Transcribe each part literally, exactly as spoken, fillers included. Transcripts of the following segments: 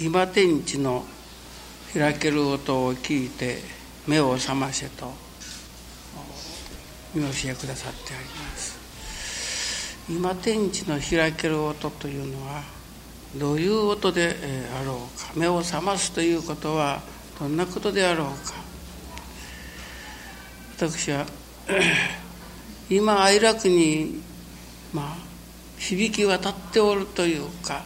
今天地の開ける音を聞いて目を覚ませと見教えくださってあります。今天地の開ける音というのはどういう音であろうか、目を覚ますということはどんなことであろうか。私は今哀楽にまあ響き渡っておるというか、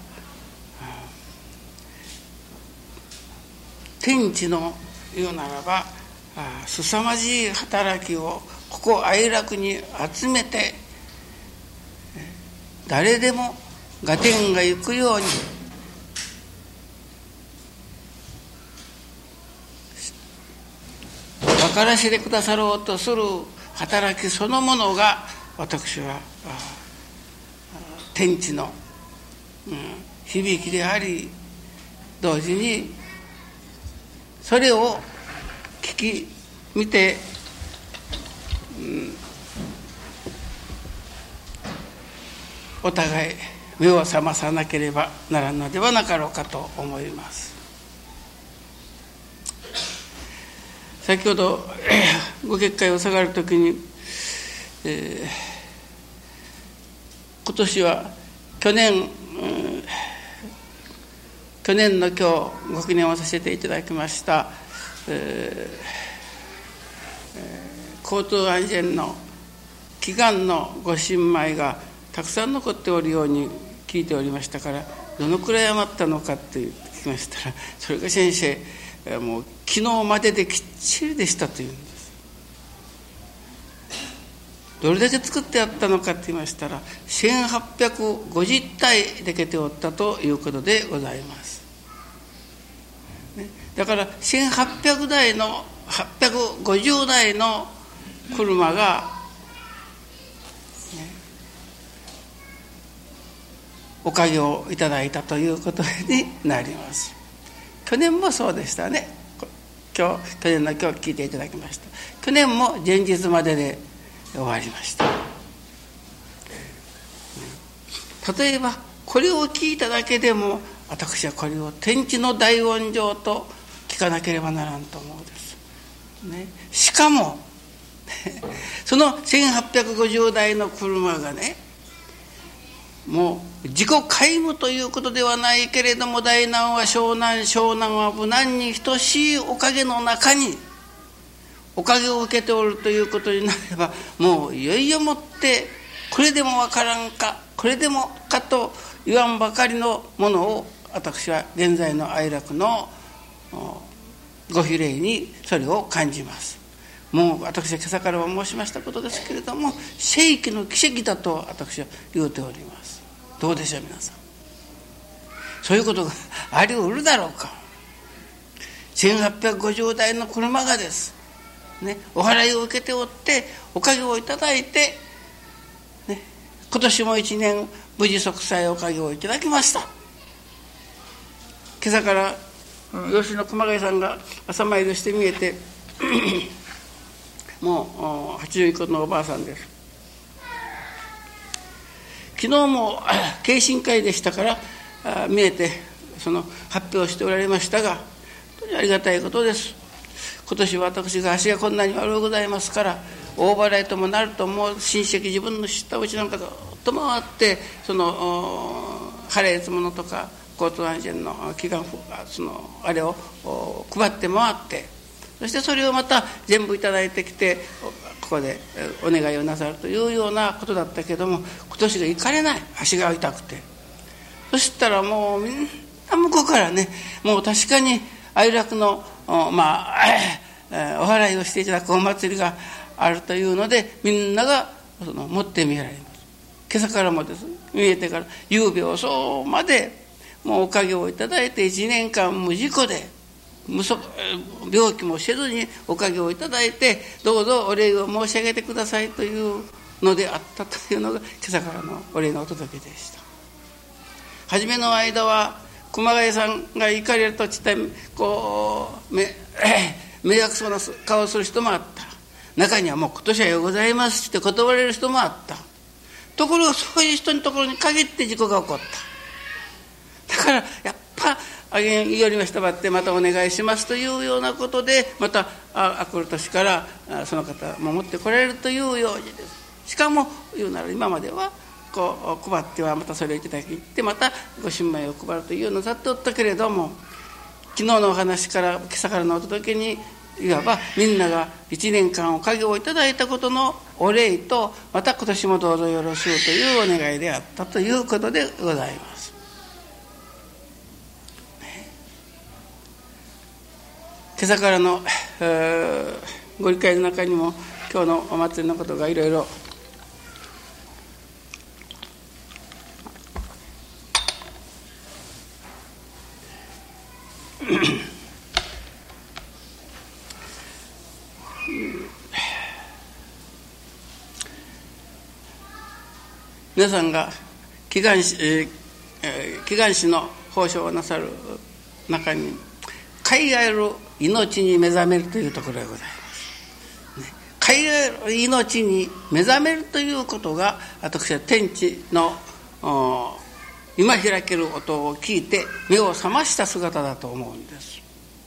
天地の言うならばすさまじい働きをここ哀楽に集めて、誰でも合点が行くように分からせてくださろうとする働きそのものが、私は天地の、うん、響きであり、同時にそれを聞き見て、うん、お互い目を覚まさなければならんのではなかろうかと思います。先ほどご結界を下がるときに、えー、今年は去年、うん、去年の今日ご記念をさせていただきました、えー、交通安全の祈願のご神米がたくさん残っておるように聞いておりましたから、どのくらい余ったのかって聞きましたら、それが先生もう昨日までできっちりでしたというんです。どれだけ作ってあったのかと言いましたら、せんはっぴゃくごじゅうたいでけておったということでございます、ね、だからせんはっぴゃくだいのはっぴゃくごじゅうだいの車が、ね、おかげをいただいたということになります。去年もそうでしたね。今日去年の今日聞いていただきました。去年も前日までで終わりました。例えばこれを聞いただけでも、私はこれを天地の大音上と聞かなければならんと思うです、ね、しかもそのせんはっぴゃくごじゅうだいの車がね、もう自己皆無ということではないけれども、大難は小難、小難は無難に等しいおかげの中におかげを受けておるということになれば、もういよいよもってこれでもわからんか、これでもかと言わんばかりのものを、私は現在の哀楽のご比例にそれを感じます。もう私は今朝からは申しましたことですけれども、世紀の奇跡だと私は言うております。どうでしょう皆さん、そういうことがあり得るだろうか。せんはっぴゃくごじゅうだいの車がです、ね、お祓いを受けておっておかげをいただいて、ね、今年も一年無事息災おかげをいただきました。今朝から吉野熊谷さんが朝参りをして見えてもうはちじゅういっこのおばあさんです。昨日も敬親会でしたから見えてその発表しておられましたが、本当にありがたいことです。今年は私が足がこんなに悪うございますから、大払いともなるともう親戚自分の知ったうちなんかずっと回って、その晴れ物とか交通安全の祈願そのあれを配って回って、そしてそれをまた全部いただいてきてここでお願いをなさるというようなことだったけども、今年が行かれない、足が痛くて。そしたらもうみんな向こうからね、もう確かに哀楽のまあお祓いをしていただくお祭りがあるというので、みんながその持ってみられます。今朝からもです、見えてから夕病巣までもうおかげをいただいていちねんかん無事故で無そ病気もせずにおかげをいただいて、どうぞお礼を申し上げてくださいというのであったというのが今朝からのお礼のお届けでした。初めの間は熊谷さんが行かれるとちってこうめ迷惑そうな顔をする人もあった。中にはもう今年はようございますって断れる人もあった。ところがそういう人のところに限って事故が起こった。だからやっぱあげんよりましたばってまたお願いしますというようなことで、またあ来る年からその方も持ってこられるというようにです。しかも言うなら今まではこう配ってはまたそれをいただきに行ってまたご新米を配るというのをざっとおったけれども、昨日のお話から今朝からのお届けにいわばみんながいちねんかんおかげをいただいたことのお礼と、また今年もどうぞよろしゅうというお願いであったということでございます、ね、今朝からのご理解の中にも今日のお祭りのことがいろいろ皆さんが祈願師、えー、祈願師の報奨をなさる中に海外の命に目覚めるというところでございます、ね、海外の命に目覚めるということが私は天地の今開ける音を聞いて目を覚ました姿だと思うんです、ね、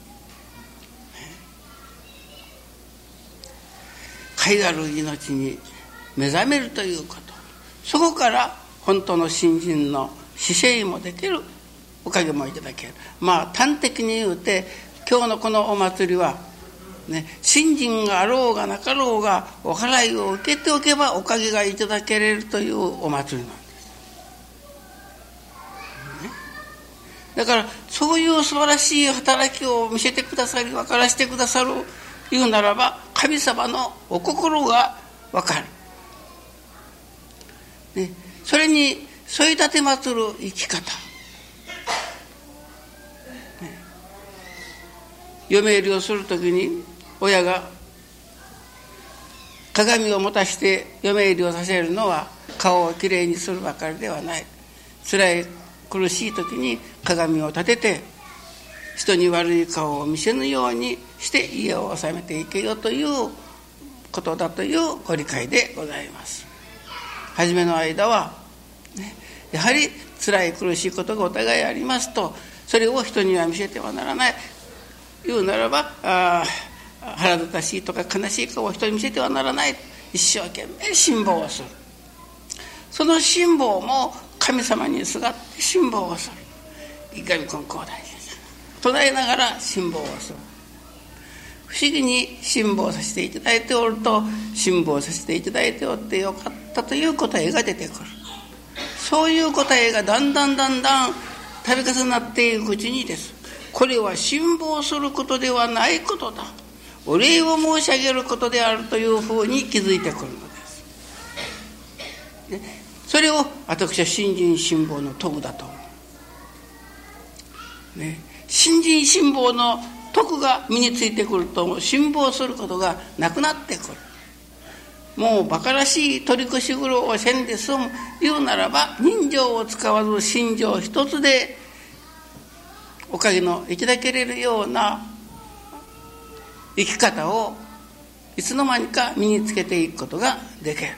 海外の命に目覚めるということ、そこから本当の信心の姿勢もできる、おかげもいただける。まあ端的に言うて今日のこのお祭りは、ね、信心があろうがなかろうがお祓いを受けておけばおかげがいただけれるというお祭りなんです、ね、だからそういう素晴らしい働きを見せてくださり分からせてくださる言うならば神様のお心が分かる、ね、それに添い立てまつる生き方、ね、嫁入りをするときに親が鏡を持たして嫁入りをさせるのは顔をきれいにするばかりではない。辛い苦しいときに鏡を立てて人に悪い顔を見せぬようにして家を治めていけよということだというご理解でございます。初めの間は、ね、やはり辛い苦しいことがお互いありますと、それを人には見せてはならない。言うならばあ腹立たしいとか悲しい顔を人に見せてはならない。一生懸命辛抱をする。その辛抱も神様にすがって辛抱をする。伊上君高大唱えながら辛抱をする。不思議に辛抱させていただいておると、辛抱させていただいておってよかったという答えが出てくる。そういう答えがだんだんだんだん度重なっていくうちにです、これは辛抱することではないことだ、お礼を申し上げることであるというふうに気づいてくるのです、ね、それを私は信心辛抱の徳だと思う、ね、信心辛抱の徳が身についてくると辛抱することがなくなってくる。もう馬鹿らしい取り越し苦労をせんで済む。言うならば人情を使わず心情一つでおかげのいただけれるような生き方をいつの間にか身につけていくことができる。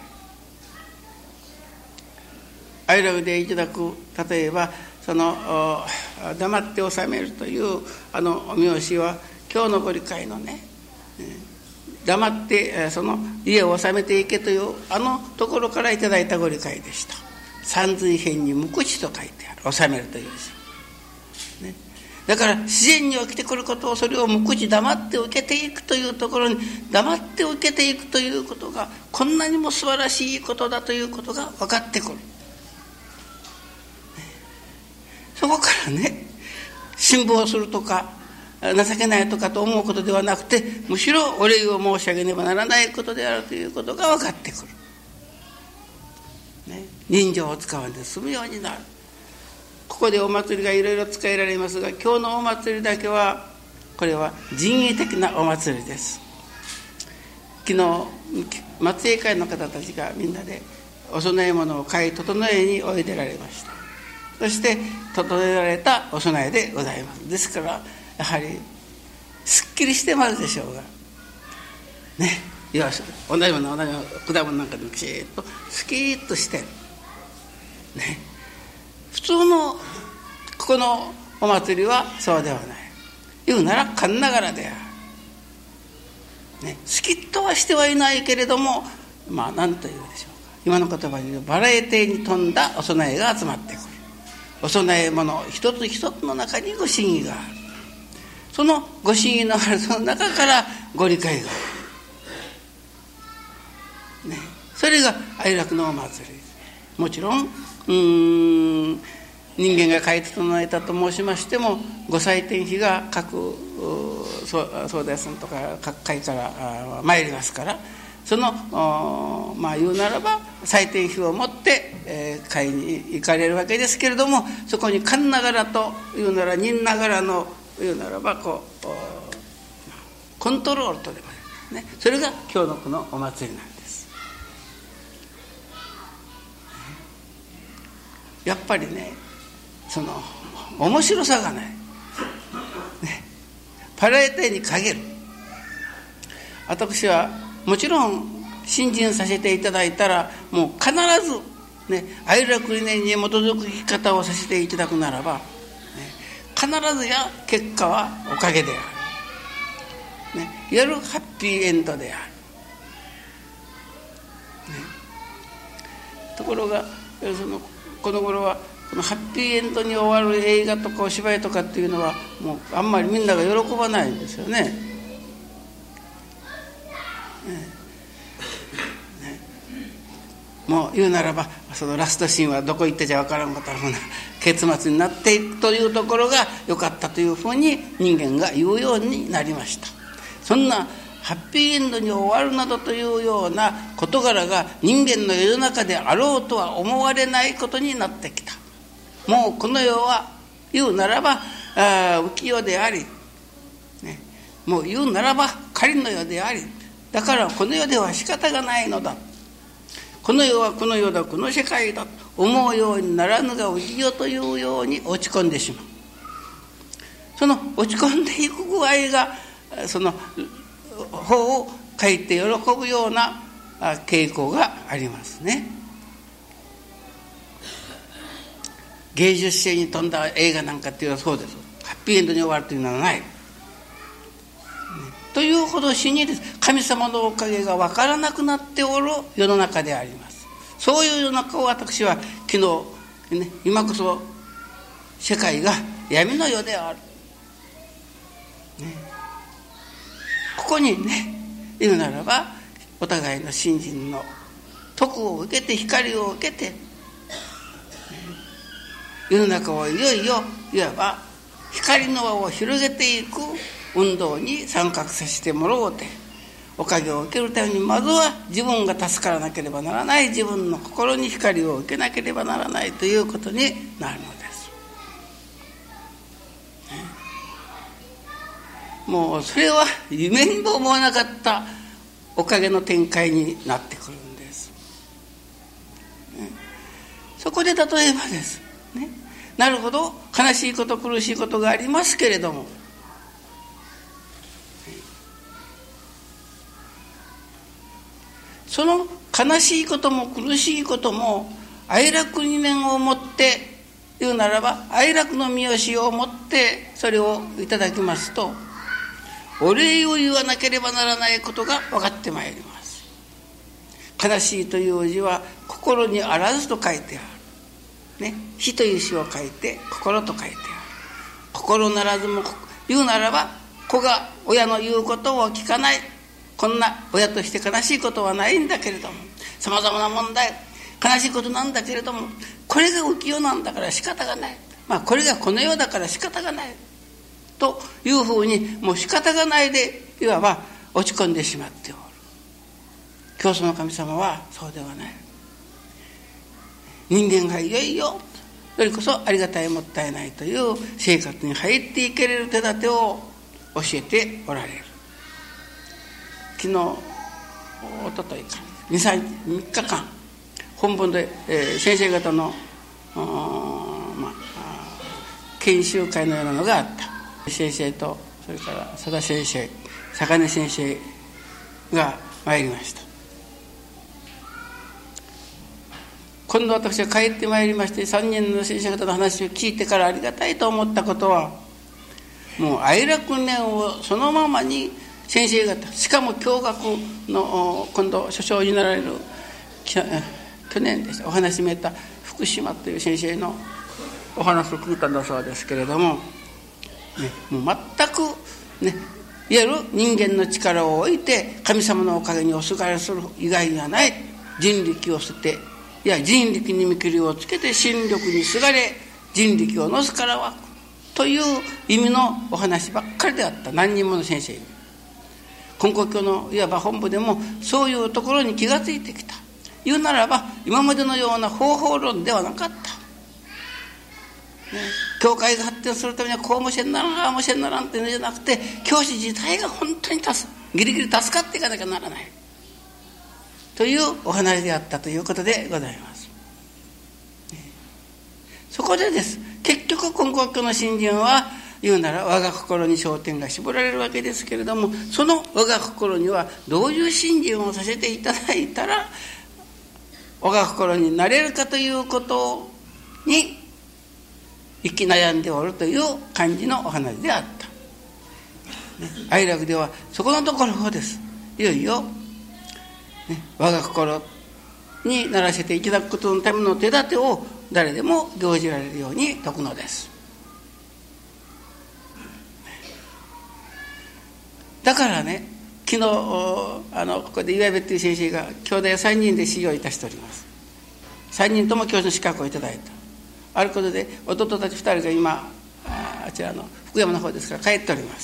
アイラブでいただく、例えばその黙って収めるというあのお名詞は今日のご理解のね、黙ってその家を収めていけというあのところからいただいたご理解でした。三髄編に無口と書いてある、収めるという字、ね、だから自然に起きてくることをそれを無口黙って受けていくというところに黙って受けていくということがこんなにも素晴らしいことだということが分かってくる。そこからね、辛抱するとか情けないとかと思うことではなくて、むしろお礼を申し上げねばならないことであるということが分かってくる、ね、人情を使わんで済むようになる。ここでお祭りがいろいろ使えられますが、今日のお祭りだけはこれは人為的なお祭りです。昨日松江会の方たちがみんなでお供え物を買い整えにおいでられました。そして整えられたお供えでございます。ですからやはりすっきりしてますでしょうがね、いや同じもの同じもの果物なんかでもきちっとスキーッとしてね、普通のここのお祭りはそうではない。言うならかんながらである、ね、好きとはしてはいないけれども、まあ何というでしょうか、今の言葉で言うバラエティに富んだお供えが集まってくる。お供え物一つ一つの中にご真意がある。そのご真意のあるその中からご理解がある、ね、それが哀楽のお祭り。もちろんうーん人間が書いて唱えたと申しましても、ご祭典費が各総大さんとか各会から参りますから、そのまあ言うならば祭典費を持って、えー、会に行かれるわけですけれども、そこに観ながらというなら忍ながらのいうならばこうコントロールとでもね、それが今日のこのお祭りなんです。やっぱりね、その面白さがない、ね、パラエテに限る。私はもちろん信心させていただいたら、もう必ず、ね、哀楽理念に基づく生き方をさせていただくならば、ね、必ずや結果はおかげである、ね、いわゆるハッピーエンドである、ね、ところがそのこの頃はこのハッピーエンドに終わる映画とかお芝居とかっていうのはもうあんまりみんなが喜ばないんですよね。ねねもう言うならばそのラストシーンはどこ行ってじゃ分からんことあるな結末になっていくというところが良かったというふうに人間が言うようになりました。そんなハッピーエンドに終わるなどというような事柄が人間の世の中であろうとは思われないことになってきた。もうこの世は言うならば浮世であり、ね、もう言うならば仮の世であり、だからこの世では仕方がないのだ、この世はこの世だ、この世界だと思うようにならぬが浮世というように落ち込んでしまう。その落ち込んでいく具合がその方を書いて喜ぶような傾向がありますね。芸術性に富んだ映画なんかっていうのはそうです。ハッピーエンドに終わるというのはない、ね、というほど死にです神様のおかげが分からなくなっておる世の中であります。そういう世の中を私は昨日、ね、今こそ世界が闇の世である、ね、ここにね言うならばお互いの信心の徳を受けて光を受けて世の中をいよいよいわば光の輪を広げていく運動に参画させてもらおうて、おかげを受けるためにまずは自分が助からなければならない、自分の心に光を受けなければならないということになるのです、ね、もうそれは夢にも思わなかったおかげの展開になってくるんです、ね、そこで例えばですね、なるほど悲しいこと苦しいことがありますけれども、その悲しいことも苦しいことも哀楽理念を持って言うならば哀楽の御教を持ってそれをいただきますと、お礼を言わなければならないことが分かってまいります。悲しいという字は心にあらずと書いてあるね、死という死を書いて心と書いてある。心ならずも言うならば子が親の言うことを聞かない、こんな親として悲しいことはないんだけれども、さまざまな問題悲しいことなんだけれども、これが浮世なんだから仕方がない、まあこれがこの世だから仕方がないというふうにもう仕方がないでいわば落ち込んでしまっておる。教祖の神様はそうではない。人間がいよいよそれこそありがたいもったいないという生活に入っていけれる手立てを教えておられる。昨日おとといかに、さん、みっかかん本文で、えー、先生方の、まあ、研修会のようなのがあった。先生とそれから佐田先生、坂根先生が参りました。 今度私が帰ってまいりまして、さんにんの先生方の話を聞いてからありがたいと思ったことは、もう愛楽念をそのままに先生方、しかも教学の今度所長になられる去年ですお話しめた福島という先生のお話を聞いたんだそうですけれども、ね、もう全くね、いわゆる人間の力を置いて神様のおかげにおすがりする以外にはない人力を捨て、いや人力に見切りをつけて神力にすがれ人力をのすからはという意味のお話ばっかりであった。何人もの先生に根高教のいわば本部でもそういうところに気がついてきた。言うならば今までのような方法論ではなかった、ね、教会が発展するためにはこうもせんならんああもせんならんっていうのじゃなくて、教師自体が本当に助ギリギリ助かっていかなきゃならないというお話であったということでございます。そこでです、結局根高教の信心は言うなら我が心に焦点が絞られるわけですけれども、その我が心にはどういう信心をさせていただいたら我が心になれるかということに生き悩んでおるという感じのお話であった、ね、愛楽ではそこのところをです、いよいよ、ね、我が心にならせていただくことのための手立てを誰でも行じられるように説くのです。だからね、昨日あのここで岩部という先生が兄弟さんにんで修行いたしております。さんにんとも教師の資格をいただいた。あることで弟たちふたりが今 あ, あちらの福山の方ですから帰っております。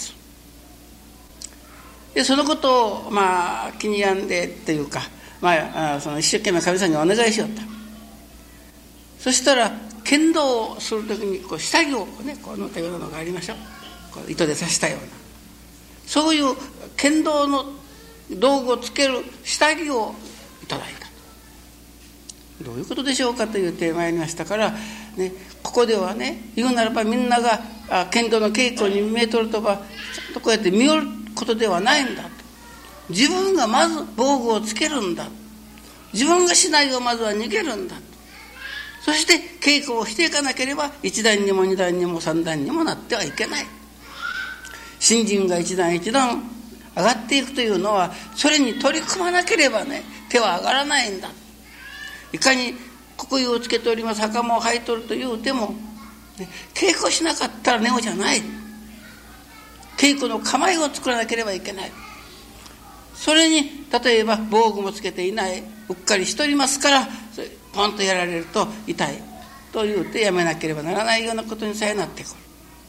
でそのことをまあ気に病んでというか、まあ、あその一生懸命神様にお願いしよった。そしたら剣道をするときにこう下着をこう、ね、こう塗ったようなのがありましょう。こう糸で刺したような、そういう剣道の道具をつける下着をいただいた。どういうことでしょうかというテーマになりましたから、ね、ここではね、言うならばみんながあ剣道の稽古に見えとるとばちゃんとこうやって見よることではないんだと。自分がまず防具をつけるんだ。自分がしないをまずは逃げるんだ。そして稽古をしていかなければ一段にも二段にも三段にもなってはいけない。信心が一段一段上がっていくというのは、それに取り組まなければね、手は上がらないんだ。いかに国有をつけております袴を履いとるというても、ね、稽古しなかったらネオじゃない。稽古の構えを作らなければいけない。それに例えば防具もつけていない、うっかりしておりますから、それポンとやられると痛いと言うてやめなければならないようなことにさえなってくる。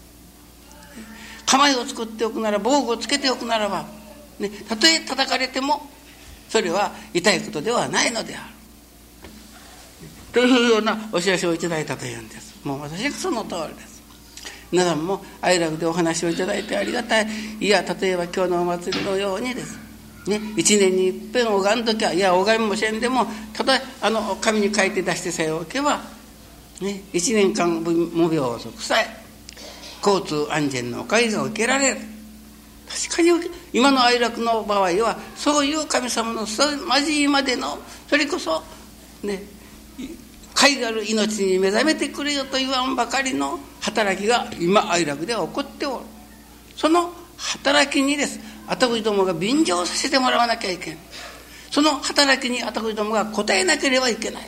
構えを作っておくなら、防具をつけておくならば、ね、たとえ叩かれてもそれは痛いことではないのであるというようなお知らせをいただいたというんです。もう私はその通りです。皆さんも愛楽でお話をいただいてありがたい。いや例えば今日のお祭りのようにですね、一年に一遍拝んときゃ、いや拝みもせんでもただあの紙に書いて出してさえおけば、ね、一年間無病息災、交通安全のおかげが受けられる。確かに今の愛楽の場合はそういう神様のすさまじいまでの、それこそね、貝がある命に目覚めてくれよと言わんばかりの働きが今愛楽では起こっておる。その働きにです後栗どもが便乗させてもらわなきゃいけない。その働きに後栗どもが応えなければいけない。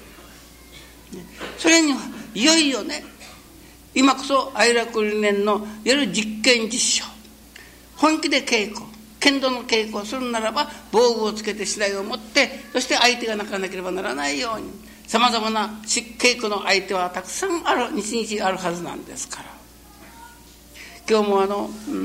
それにはいよいよね、今こそ愛楽理念のいわゆる実験実証、本気で稽古、剣道の稽古をするならば防具をつけて次第を持って、そして相手が泣かなければならないように、さまざまな稽古の相手はたくさんある、日々あるはずなんですから。今日もあの、うん、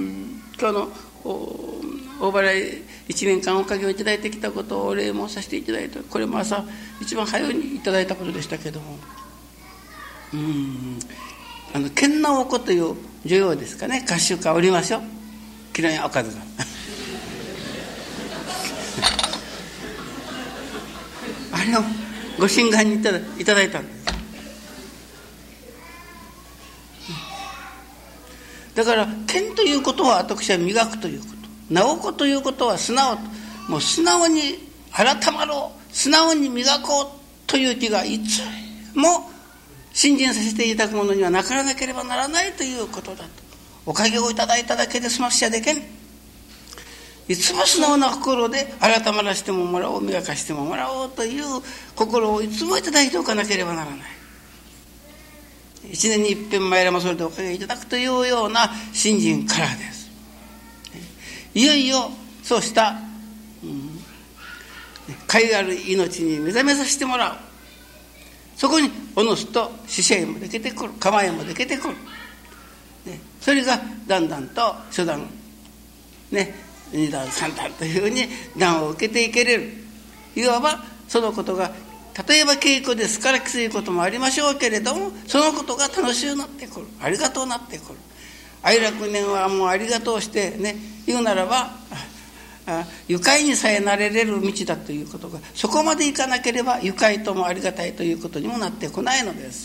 今日の大払いいちねんかんおかげをいただいてきたことをお礼もさせていただいて、これも朝一番早いにいただいたことでしたけども、うんあの剣のおこという女優ですかね、合衆家おりましょう。昨日おかずがあれをご神願にいただいただいたんです。だから剣ということは私は磨くということ、直子ということは素直と、もう素直に改まろう、素直に磨こうという気がいつも信心させていただくものにはなからなければならないということだと。おかげをいただいただけで済ましちゃでけん。いつも素直な心で改まらせてももらおう、磨かしてももらおうという心をいつもいただいておかなければならない。一年に一遍参らもそれでおかげいただくというような信心からです。いよいよそうした、うん、貝ある命に目覚めさせてもらう。そこにおのずと姿勢もできてくる、構えもできてくる。それがだんだんと初段、ね、二段三段というふうに段を受けていけれる。いわばそのことが例えば稽古ですからきついこともありましょうけれども、そのことが楽しゅうなってくる、ありがとうなってくる。哀楽念はもうありがとうしてね、言うならばあ愉快にさえなれれる道だということが、そこまでいかなければ愉快ともありがたいということにもなってこないのです。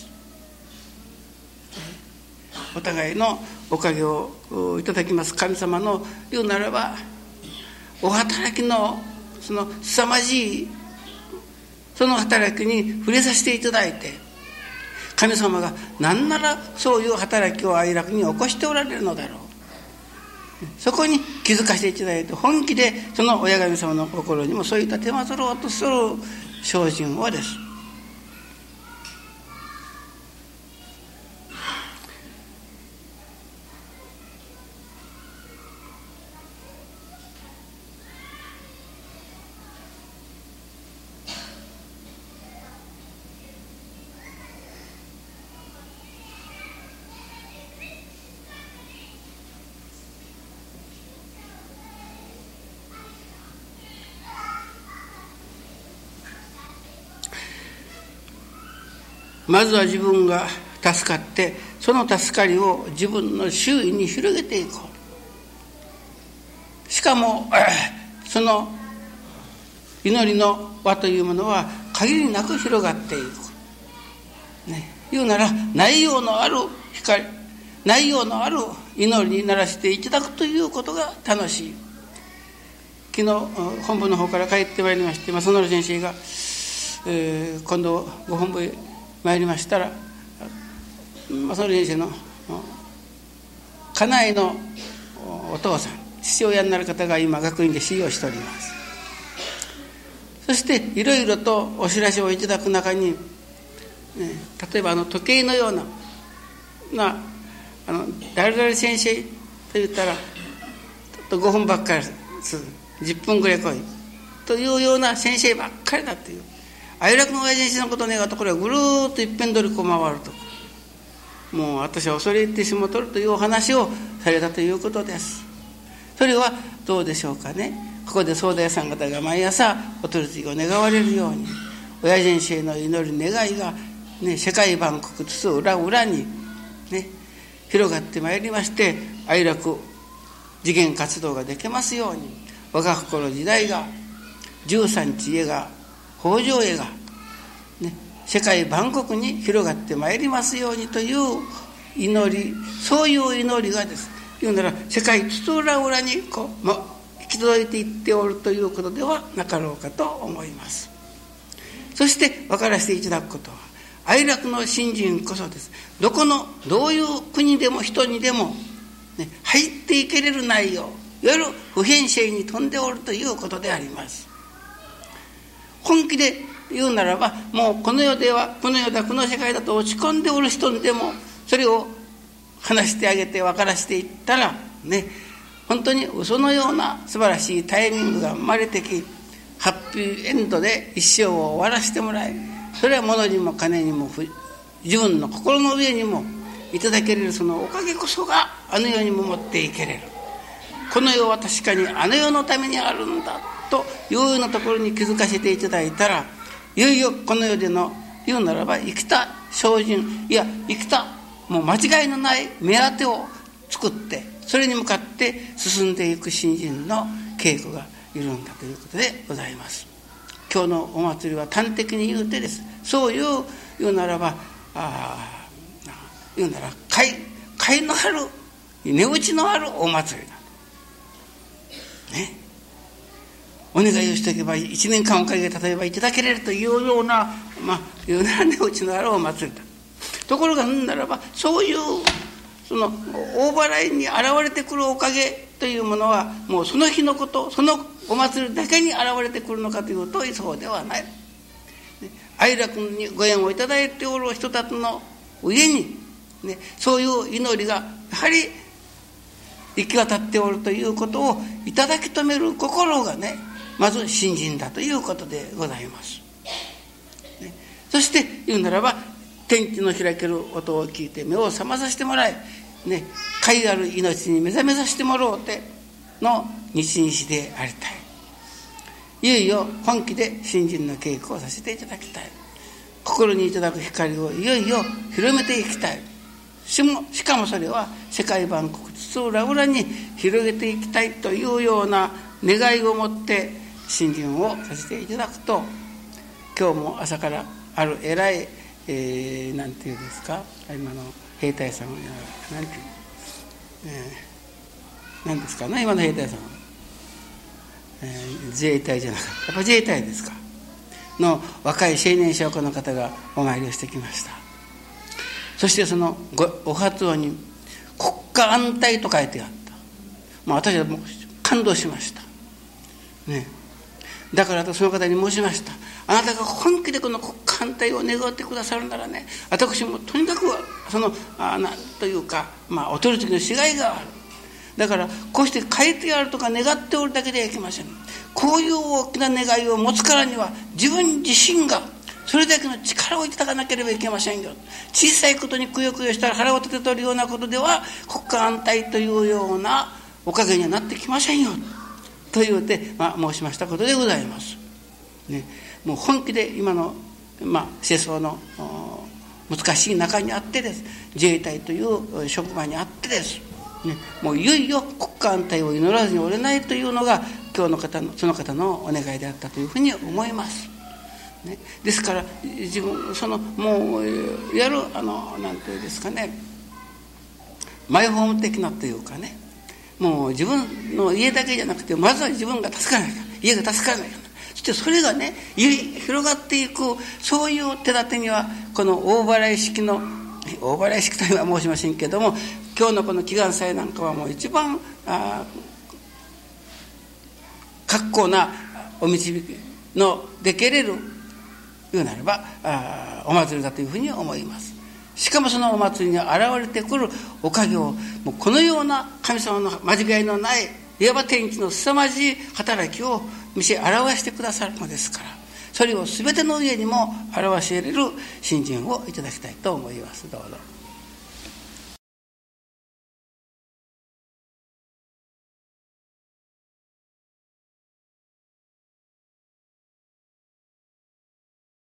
お互いのおかげをいただきます神様の言うならばお働きのその凄まじいその働きに触れさせていただいて、神様が何ならそういう働きを哀楽に起こしておられるのだろう。そこに気づかせていただいて、本気でその親神様の心にもそういった手間取ろうとする精進をです。まずは自分が助かって、その助かりを自分の周囲に広げていこう。しかもその祈りの輪というものは限りなく広がっていく、ね、言うなら内容のある光、内容のある祈りにならせていただくということが楽しい。昨日本部の方から帰ってまいりまして、正則先生が、えー、今度ご本部へ参りましたら、正則先生の家内のお父さん、父親になる方が今学院で指導しております。そしていろいろとお知らせをいただく中に、ね、例えばあの時計のようななあの誰々先生と言ったらちょっとごふんばっかりする、じゅっぷんぐらい来いというような先生ばっかりだという、哀楽の親先生のことを願うと、これはぐるーっと一遍取りこ回ると、もう私は恐れ入ってしもとるというお話をされたということです。それはどうでしょうかね。ここで総大さん方が毎朝お取り次ぎを願われるように、親先生の祈り願いが、ね、世界万国津々浦々に、ね、広がってまいりまして、哀楽次元活動ができますように、我が心時代が十三知恵が北条絵が、ね、世界万国に広がってまいりますようにという祈り、そういう祈りがです、言うなら世界津々浦々にこう、ま、行き届いていっておるということではなかろうかと思います。そして分からせていただくことは、哀楽の信心こそです。どこのどういう国でも人にでも、ね、入っていけれる内容、いわゆる普遍性に富んでおるということであります。本気で言うならば、もうこの世ではこの世だこの世界だと落ち込んでおる人にでもそれを話してあげて分からせていったらね、本当にそのような素晴らしいタイミングが生まれてき、ハッピーエンドで一生を終わらせてもらい、それは物にも金にも自分の心の上にもいただけれる、そのおかげこそがあの世にも持っていけれる。この世は確かにあの世のためにあるんだというようなところに気づかせていただいたら、いよいよこの世での言うならば生きた精進、いや生きたもう間違いのない目当てを作って、それに向かって進んでいく信心の稽古がいるんだということでございます。今日のお祭りは端的に言うてです、そういう言うならばあ言うなら甲斐のある値打ちのあるお祭りだね。 お願いをしておけばいちねんかんおかげで例えばいただけれるというような、まあ、いうな値打ちのあるお祭りだ。ところがならばそういうその大払いに現れてくるおかげというものはもうその日のこと、そのお祭りだけに現れてくるのかというとそうではない。哀楽にご縁をいただいておる人たちの上に、ね、そういう祈りがやはり行き渡っておるということをいただき止める心がね、まず信心だということでございます、ね、そして言うならば天地の開ける音を聞いて目を覚まさせてもらい、ね、貝ある命に目覚めさせてもらおうての日々でありたい。いよいよ本気で信心の稽古をさせていただきたい。心にいただく光をいよいよ広めていきたい。しもしかもそれは世界万国津々浦々に広げていきたいというような願いを持って信心をさせていただくと、今日も朝からある偉い、えー、なんていうんですか、今の兵隊さんはなんていう、えー、なんですかね、今の兵隊さんは、えー、自衛隊じゃなかった、やっぱ自衛隊ですかの若い青年将校の方がお参りをしてきました。そしてそのごお初音に国家安泰と書いてあった。まあ、私はもう感動しました、ね、だからその方に申しました。あなたが本気でこの国家安泰を願ってくださるならね、私もとにかくそのあなんというか、まあ、お取り次ぎのしがいがある。だからこうして書いてあるとか願っておるだけではいけません。こういう大きな願いを持つからには自分自身がそれだけの力をいただかなければいけませんよ。小さいことにくよくよしたら腹を立て取るようなことでは国家安泰というようなおかげにはなってきませんよと言うて、まあ、申しましたことでございます、ね、もう本気で今の、まあ、世相の難しい中にあってです、自衛隊という職場にあってです、ね、もういよいよ国家安泰を祈らずにおれないというのが今日の方のその方のお願いであったというふうに思います、ね、ですから自分そのもうやるあのなんていうんですかね、マイホーム的なというかね、もう自分の家だけじゃなくてまずは自分が助からないか、家が助からないか、そしてそれがね広がっていく、そういう手立てにはこの大払い式の大払い式とは申しませんけども、今日のこの祈願祭なんかはもう一番あ格好なお導きのできれる言うならばあお祭りだというふうに思います。しかもそのお祭りに現れてくるおかげをもうこのような神様の間違いのないいわば天気の凄まじい働きを見せ表してくださるのですから、それを全ての上にも表し得れる信心をいただきたいと思います。どうぞ。